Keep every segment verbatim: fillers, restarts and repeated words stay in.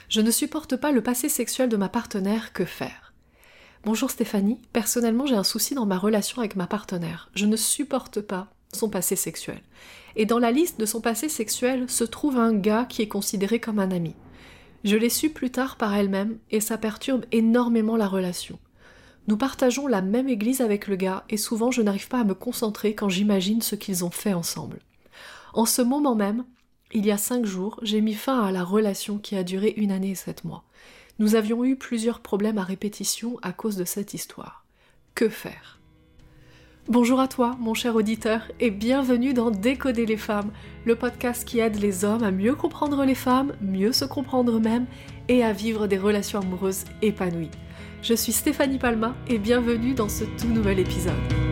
Je ne supporte pas le passé sexuel de ma partenaire, que faire? Bonjour Stéphanie, personnellement j'ai un souci dans ma relation avec ma partenaire. Je ne supporte pas son passé sexuel. Et dans la liste de son passé sexuel se trouve un gars qui est considéré comme un ami. Je l'ai su plus tard par elle-même et ça perturbe énormément la relation. Nous partageons la même église avec le gars et souvent je n'arrive pas à me concentrer quand j'imagine ce qu'ils ont fait ensemble. En ce moment même, il y a cinq jours, j'ai mis fin à la relation qui a duré une année et sept mois. Nous avions eu plusieurs problèmes à répétition à cause de cette histoire. Que faire? Bonjour à toi, mon cher auditeur, et bienvenue dans Décoder les femmes, le podcast qui aide les hommes à mieux comprendre les femmes, mieux se comprendre eux-mêmes et à vivre des relations amoureuses épanouies. Je suis Stéphanie Palma et bienvenue dans ce tout nouvel épisode.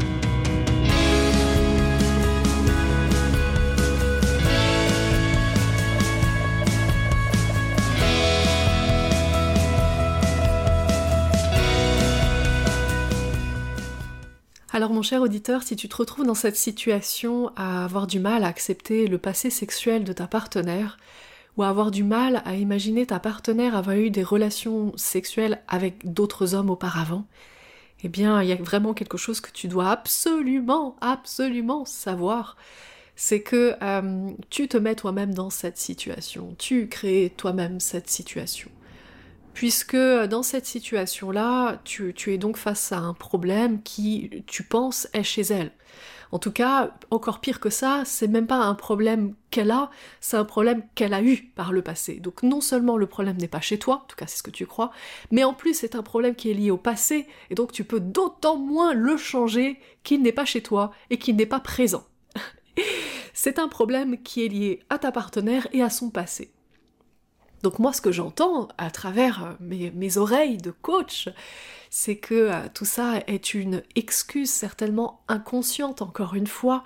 Alors mon cher auditeur, si tu te retrouves dans cette situation à avoir du mal à accepter le passé sexuel de ta partenaire, ou à avoir du mal à imaginer ta partenaire avoir eu des relations sexuelles avec d'autres hommes auparavant, eh bien il y a vraiment quelque chose que tu dois absolument, absolument savoir. C'est que euh, tu te mets toi-même dans cette situation, tu crées toi-même cette situation. Puisque dans cette situation-là, tu, tu es donc face à un problème qui, tu penses, est chez elle. En tout cas, encore pire que ça, c'est même pas un problème qu'elle a, c'est un problème qu'elle a eu par le passé. Donc non seulement le problème n'est pas chez toi, en tout cas c'est ce que tu crois, mais en plus c'est un problème qui est lié au passé, et donc tu peux d'autant moins le changer qu'il n'est pas chez toi et qu'il n'est pas présent. C'est un problème qui est lié à ta partenaire et à son passé. Donc moi, ce que j'entends à travers mes, mes oreilles de coach, c'est que euh, tout ça est une excuse certainement inconsciente, encore une fois.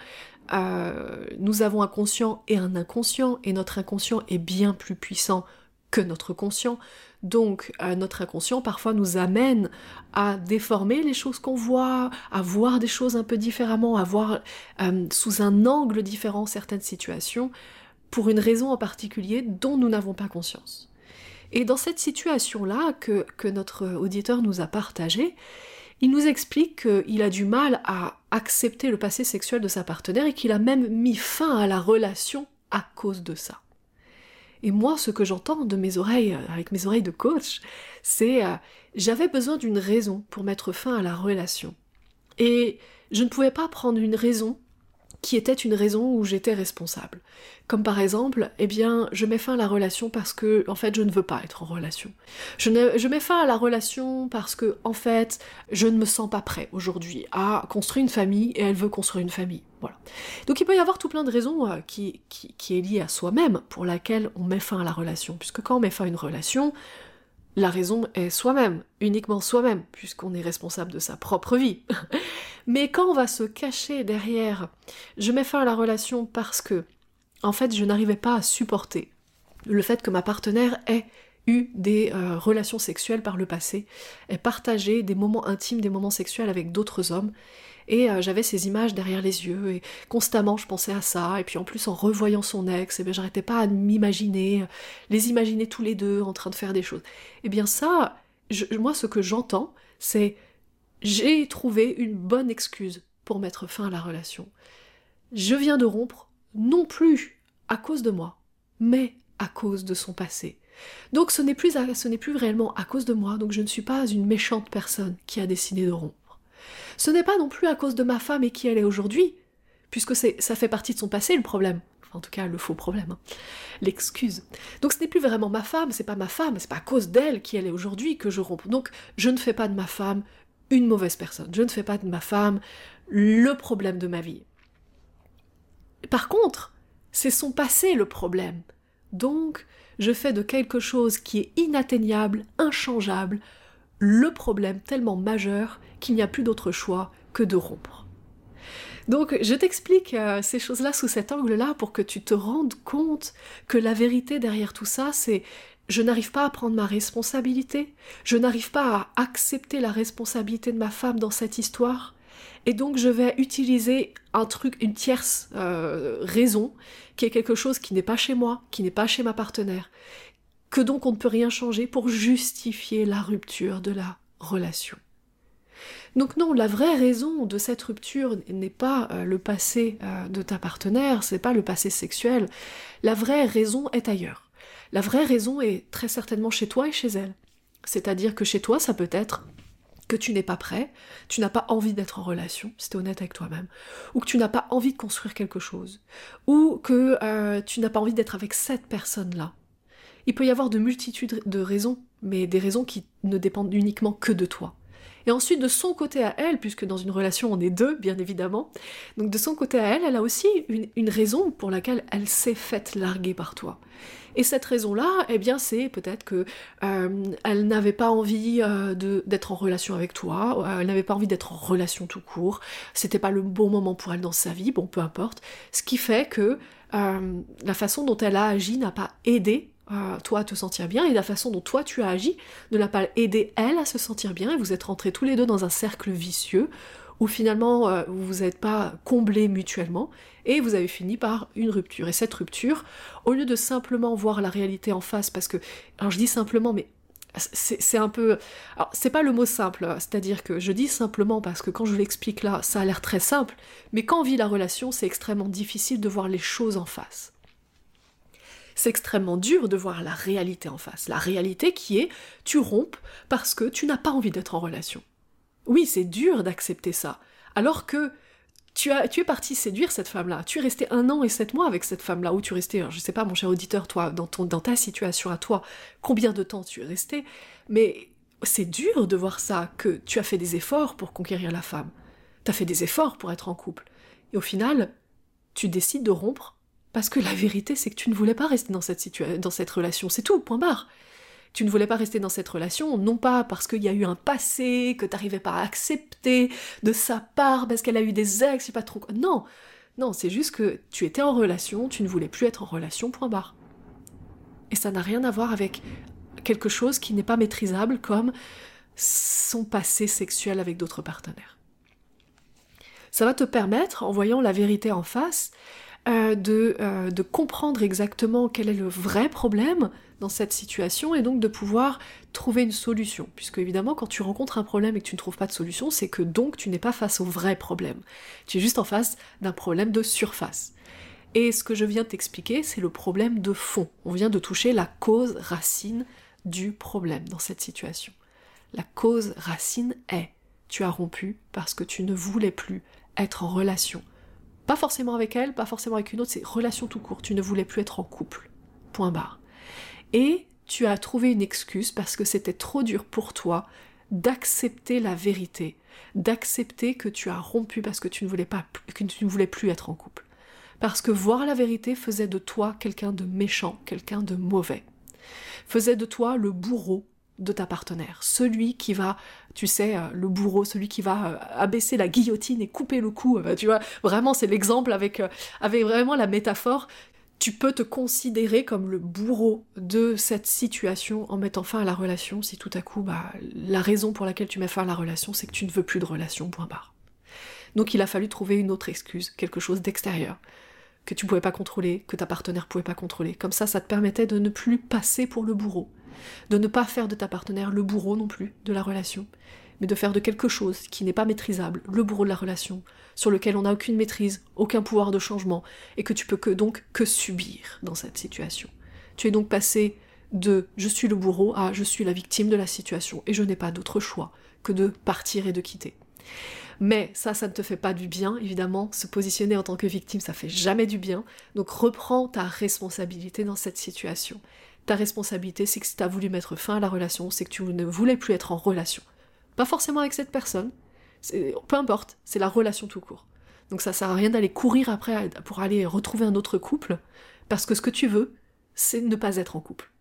Euh, nous avons un conscient et un inconscient, et notre inconscient est bien plus puissant que notre conscient. Donc euh, notre inconscient parfois nous amène à déformer les choses qu'on voit, à voir des choses un peu différemment, à voir euh, sous un angle différent certaines situations, pour une raison en particulier dont nous n'avons pas conscience. Et dans cette situation-là que, que notre auditeur nous a partagé, il nous explique qu'il a du mal à accepter le passé sexuel de sa partenaire et qu'il a même mis fin à la relation à cause de ça. Et moi, ce que j'entends de mes oreilles, avec mes oreilles de coach, c'est euh, j'avais besoin d'une raison pour mettre fin à la relation. Et je ne pouvais pas prendre une raison qui était une raison où j'étais responsable. Comme par exemple, eh bien, je mets fin à la relation parce que, en fait, je ne veux pas être en relation. Je, ne, je mets fin à la relation parce que, en fait, je ne me sens pas prêt aujourd'hui à construire une famille et elle veut construire une famille. Voilà. Donc il peut y avoir tout plein de raisons euh, qui, qui, qui est liées à soi-même pour laquelle on met fin à la relation. Puisque quand on met fin à une relation, la raison est soi-même, uniquement soi-même, puisqu'on est responsable de sa propre vie. Mais quand on va se cacher derrière « je mets fin à la relation parce que, en fait, je n'arrivais pas à supporter le fait que ma partenaire ait eu des euh, relations sexuelles par le passé, ait partagé des moments intimes, des moments sexuels avec d'autres hommes, et euh, j'avais ces images derrière les yeux, et constamment je pensais à ça, et puis en plus en revoyant son ex, et bien j'arrêtais pas à m'imaginer, les imaginer tous les deux en train de faire des choses. Et bien ça, je, moi ce que j'entends, c'est j'ai trouvé une bonne excuse pour mettre fin à la relation. Je viens de rompre, non plus à cause de moi, mais à cause de son passé. Donc ce n'est plus, à, ce n'est plus réellement à cause de moi, donc je ne suis pas une méchante personne qui a décidé de rompre. Ce n'est pas non plus à cause de ma femme et qui elle est aujourd'hui, puisque c'est, ça fait partie de son passé le problème. Enfin, en tout cas, le faux problème, hein. L'excuse. Donc ce n'est plus vraiment ma femme, c'est pas ma femme, c'est pas à cause d'elle qui elle est aujourd'hui que je rompe. Donc je ne fais pas de ma femme une mauvaise personne, je ne fais pas de ma femme le problème de ma vie. Par contre, c'est son passé le problème. Donc, je fais de quelque chose qui est inatteignable, inchangeable, le problème tellement majeur qu'il n'y a plus d'autre choix que de rompre. Donc, je t'explique euh, ces choses-là sous cet angle-là pour que tu te rendes compte que la vérité derrière tout ça, c'est je n'arrive pas à prendre ma responsabilité, je n'arrive pas à accepter la responsabilité de ma femme dans cette histoire, et donc je vais utiliser un truc, une tierce euh, raison, qui est quelque chose qui n'est pas chez moi, qui n'est pas chez ma partenaire, que donc on ne peut rien changer pour justifier la rupture de la relation. Donc non, la vraie raison de cette rupture n'est pas euh, le passé euh, de ta partenaire, c'est pas le passé sexuel. La vraie raison est ailleurs. La vraie raison est très certainement chez toi et chez elle. C'est-à-dire que chez toi, ça peut être que tu n'es pas prêt, tu n'as pas envie d'être en relation, si t'es honnête avec toi-même, ou que tu n'as pas envie de construire quelque chose, ou que euh, tu n'as pas envie d'être avec cette personne-là. Il peut y avoir de multitudes de raisons, mais des raisons qui ne dépendent uniquement que de toi. Et ensuite, de son côté à elle, puisque dans une relation on est deux, bien évidemment, donc de son côté à elle, elle a aussi une, une raison pour laquelle elle s'est faite larguer par toi. Et cette raison-là, eh bien, c'est peut-être que euh, elle n'avait pas envie euh, de, d'être en relation avec toi, euh, elle n'avait pas envie d'être en relation tout court, c'était pas le bon moment pour elle dans sa vie, bon, peu importe. Ce qui fait que euh, la façon dont elle a agi n'a pas aidé euh, toi à te sentir bien, et la façon dont toi tu as agi ne l'a pas aidé elle à se sentir bien, et vous êtes rentrés tous les deux dans un cercle vicieux, où finalement euh, vous vous êtes pas comblés mutuellement, et vous avez fini par une rupture. Et cette rupture, au lieu de simplement voir la réalité en face, parce que, alors je dis simplement, mais c'est, c'est un peu... Alors c'est pas le mot simple, c'est-à-dire que je dis simplement parce que quand je l'explique là, ça a l'air très simple, mais quand on vit la relation, c'est extrêmement difficile de voir les choses en face. C'est extrêmement dur de voir la réalité en face. La réalité qui est, tu rompes parce que tu n'as pas envie d'être en relation. Oui, c'est dur d'accepter ça, alors que tu, as, tu es parti séduire cette femme-là, tu es resté un an et sept mois avec cette femme-là, ou tu es resté, je sais pas mon cher auditeur, toi, dans, ton, dans ta situation à toi, combien de temps tu es resté, mais c'est dur de voir ça, que tu as fait des efforts pour conquérir la femme, tu as fait des efforts pour être en couple, et au final, tu décides de rompre, parce que la vérité c'est que tu ne voulais pas rester dans cette, situa- dans cette relation, c'est tout, point barre. Tu ne voulais pas rester dans cette relation, non pas parce qu'il y a eu un passé que t'arrivais pas à accepter de sa part, parce qu'elle a eu des ex, je sais pas trop quoi. Non, non, c'est juste que tu étais en relation, tu ne voulais plus être en relation, point barre. Et ça n'a rien à voir avec quelque chose qui n'est pas maîtrisable comme son passé sexuel avec d'autres partenaires. Ça va te permettre, en voyant la vérité en face, euh, de, euh, de comprendre exactement quel est le vrai problème dans cette situation, et donc de pouvoir trouver une solution. Puisque évidemment, quand tu rencontres un problème et que tu ne trouves pas de solution, c'est que donc tu n'es pas face au vrai problème. Tu es juste en face d'un problème de surface. Et ce que je viens de t'expliquer, c'est le problème de fond. On vient de toucher la cause racine du problème dans cette situation. La cause racine est, tu as rompu parce que tu ne voulais plus être en relation. Pas forcément avec elle, pas forcément avec une autre, c'est relation tout court. Tu ne voulais plus être en couple. Point barre. Et tu as trouvé une excuse parce que c'était trop dur pour toi d'accepter la vérité, d'accepter que tu as rompu parce que tu ne voulais pas, que tu ne voulais plus être en couple. Parce que voir la vérité faisait de toi quelqu'un de méchant, quelqu'un de mauvais. Faisait de toi le bourreau de ta partenaire, celui qui va, tu sais, le bourreau, celui qui va abaisser la guillotine et couper le cou, tu vois, vraiment c'est l'exemple avec, avec vraiment la métaphore. Tu peux te considérer comme le bourreau de cette situation en mettant fin à la relation si tout à coup, bah, la raison pour laquelle tu mets fin à la relation, c'est que tu ne veux plus de relation, point barre. Donc il a fallu trouver une autre excuse, quelque chose d'extérieur, que tu pouvais pas contrôler, que ta partenaire pouvait pas contrôler. Comme ça, ça te permettait de ne plus passer pour le bourreau, de ne pas faire de ta partenaire le bourreau non plus de la relation, mais de faire de quelque chose qui n'est pas maîtrisable, le bourreau de la relation, sur lequel on n'a aucune maîtrise, aucun pouvoir de changement, et que tu peux que, donc que subir dans cette situation. Tu es donc passé de « je suis le bourreau » à « je suis la victime de la situation, et je n'ai pas d'autre choix que de partir et de quitter ». Mais ça, ça ne te fait pas du bien, évidemment, se positionner en tant que victime, ça fait jamais du bien, donc reprends ta responsabilité dans cette situation. Ta responsabilité, c'est que si tu as voulu mettre fin à la relation, c'est que tu ne voulais plus être en relation. Pas forcément avec cette personne, c'est, peu importe, c'est la relation tout court. Donc ça sert à rien d'aller courir après pour aller retrouver un autre couple, parce que ce que tu veux, c'est ne pas être en couple.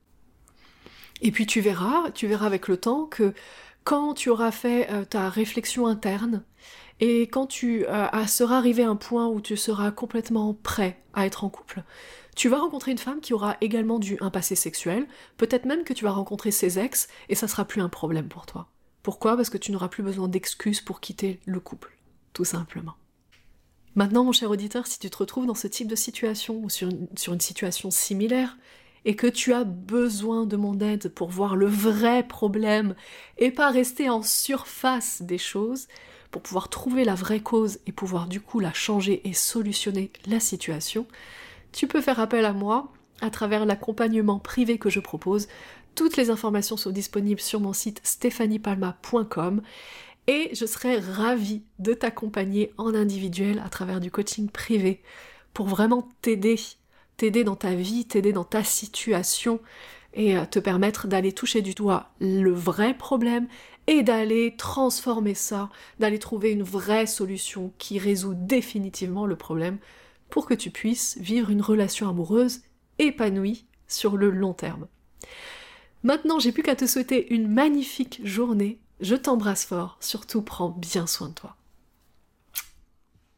Et puis tu verras, tu verras avec le temps que quand tu auras fait euh, ta réflexion interne, et quand tu euh, seras arrivé à un point où tu seras complètement prêt à être en couple, tu vas rencontrer une femme qui aura également du, un passé sexuel, peut-être même que tu vas rencontrer ses ex, et ça sera plus un problème pour toi. Pourquoi ? Parce que tu n'auras plus besoin d'excuses pour quitter le couple, tout simplement. Maintenant, mon cher auditeur, si tu te retrouves dans ce type de situation, ou sur une, sur une situation similaire, et que tu as besoin de mon aide pour voir le vrai problème et pas rester en surface des choses, pour pouvoir trouver la vraie cause et pouvoir du coup la changer et solutionner la situation, tu peux faire appel à moi à travers l'accompagnement privé que je propose. Toutes les informations sont disponibles sur mon site stéphanie palma point com et je serai ravie de t'accompagner en individuel à travers du coaching privé pour vraiment t'aider, t'aider dans ta vie, t'aider dans ta situation et te permettre d'aller toucher du doigt le vrai problème et d'aller transformer ça, d'aller trouver une vraie solution qui résout définitivement le problème pour que tu puisses vivre une relation amoureuse épanouie sur le long terme. Maintenant, j'ai plus qu'à te souhaiter une magnifique journée. Je t'embrasse fort, surtout prends bien soin de toi.